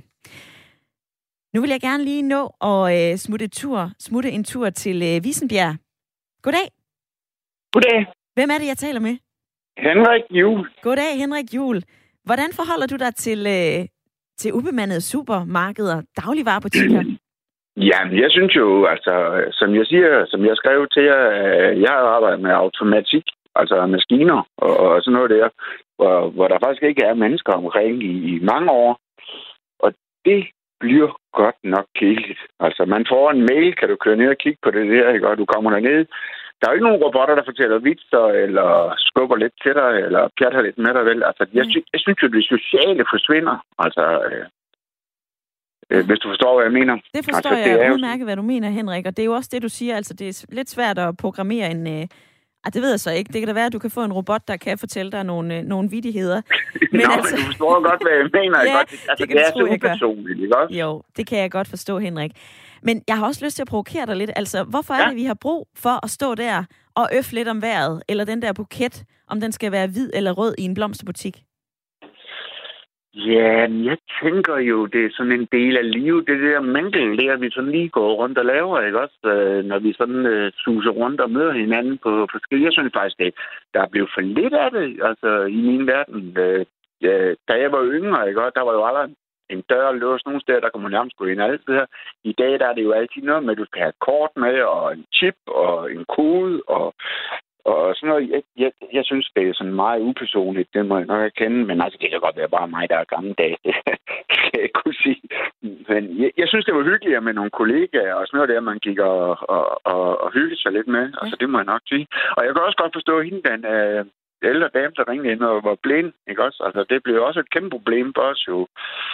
Nu vil jeg gerne lige nå at smutte en tur til Vissenbjerg. Goddag. Goddag. Hvem er det, jeg taler med? Henrik Juhl. Goddag, Henrik Juhl. Hvordan forholder du dig til ubemandede supermarkeder, dagligvarebutikker? Ja, jeg synes jo, altså, som jeg skrev til jer, jeg har arbejdet med automatik, altså maskiner og sådan noget der, hvor der faktisk ikke er mennesker omkring i mange år. Og det bliver godt nok kedeligt. Altså, man får en mail, kan du køre ned og kigge på det der, ikke? Og du kommer derned. Der er jo ikke nogen robotter, der fortæller vitser, eller skubber lidt til dig, eller pjatter lidt med dig, vel? Altså, jeg synes jo, det sociale forsvinder. Altså, hvis du forstår, hvad jeg mener. Det forstår altså, jeg udmærket, hvad du mener, Henrik. Og det er jo også det, du siger. Altså, det er lidt svært at programmere en... det ved jeg så ikke. Det kan da være, at du kan få en robot, der kan fortælle dig nogle vittigheder. Men altså... men du forstår godt, hvad jeg mener. Ja, det er så upersonligt, ikke også? Jo, det kan jeg godt forstå, Henrik. Men jeg har også lyst til at provokere dig lidt. Altså, hvorfor er det, vi har brug for at stå der og øffe lidt om vejret? Eller den der buket, om den skal være hvid eller rød i en blomsterbutik? Ja, jeg tænker jo, det er sådan en del af livet, det der mængel, det vi sådan lige går rundt og laver, ikke også? Når vi sådan suser rundt og møder hinanden på forskellige. Jeg synes faktisk, der er blevet for lidt af det, altså i min verden. Da jeg var yngre, ikke også? Der var jo aldrig en dør låst nogle steder, der kan man nærmest gå ind og alt det her. I dag der er det jo altid noget med, at du skal have et kort med, og en chip, og en kode, og sådan noget. Jeg synes, det er sådan meget upersonligt, det må jeg nok erkende, men altså, det kan godt være bare mig, der er gammeldags, det skal jeg ikke kunne sige. Men jeg synes, det var hyggeligt med nogle kollegaer, og sådan noget der, man gik og hyggede sig lidt med, altså det må jeg nok sige. Og jeg kan også godt forstå hende, den ældre dame, der ringede ind og var blind, ikke også? Altså, det blev også et kæmpe problem for os jo.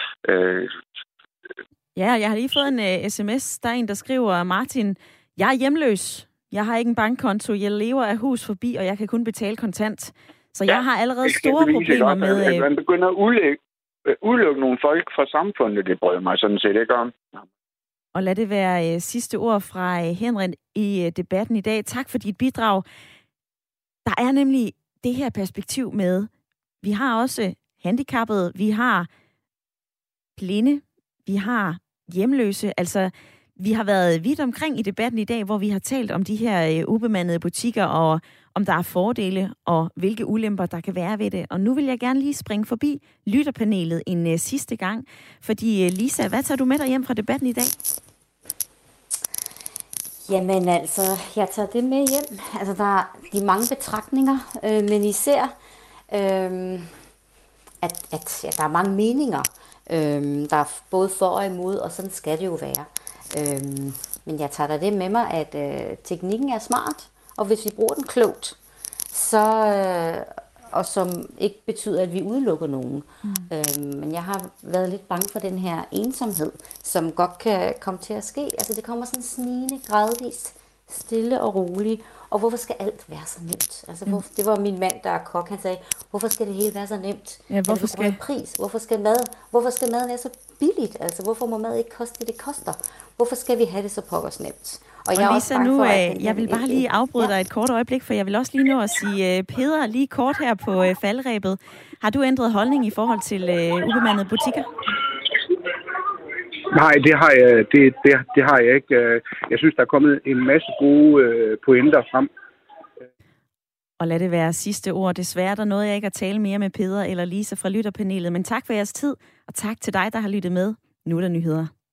Ja, jeg har lige fået en sms. Der er en, der skriver, Martin, jeg er hjemløs. Jeg har ikke en bankkonto. Jeg lever af hus forbi, og jeg kan kun betale kontant. Så jeg har allerede store problemer med... Man begynder at udelukke nogle folk fra samfundet. Det bryder mig sådan set ikke om. Og lad det være sidste ord fra Henrik i debatten i dag. Tak for dit bidrag. Der er nemlig det her perspektiv med, vi har også handicappede, vi har blinde, vi har hjemløse. Altså, vi har været vidt omkring i debatten i dag, hvor vi har talt om de her ubemandede butikker, og om der er fordele, og hvilke ulemper der kan være ved det. Og nu vil jeg gerne lige springe forbi lytterpanelet en sidste gang. Fordi Lisa, hvad tager du med dig hjem fra debatten i dag? Jamen altså, jeg tager det med hjem. Altså, der er de mange betragtninger, men især at der er mange meninger. Der er både for og imod, og sådan skal det jo være. Men jeg tager da det med mig, at teknikken er smart, og hvis vi bruger den klogt, og som ikke betyder, at vi udelukker nogen. Men jeg har været lidt bange for den her ensomhed, som godt kan komme til at ske. Altså det kommer sådan snigende, gradvist, stille og roligt. Og hvorfor skal alt være så nemt? Altså, det var min mand, der er kok, han sagde, hvorfor skal det hele være så nemt? Ja, hvorfor skal pris? Hvorfor skal maden være så billigt? Altså, hvorfor må mad ikke koste det, det koster? Hvorfor skal vi have det så pokkers nemt? Og jeg Lisa, nu, jeg vil bare lige afbryde dig et kort øjeblik, for jeg vil også lige nå at sige, Peder, lige kort her på faldrebet. Har du ændret holdning i forhold til ubemandede butikker? Nej, det har jeg ikke. Jeg synes, der er kommet en masse gode pointer frem. Og lad det være sidste ord. Desværre der nåede jeg ikke at tale mere med Peder eller Lisa fra lytterpanelet, men tak for jeres tid, og tak til dig, der har lyttet med. Nu er der nyheder.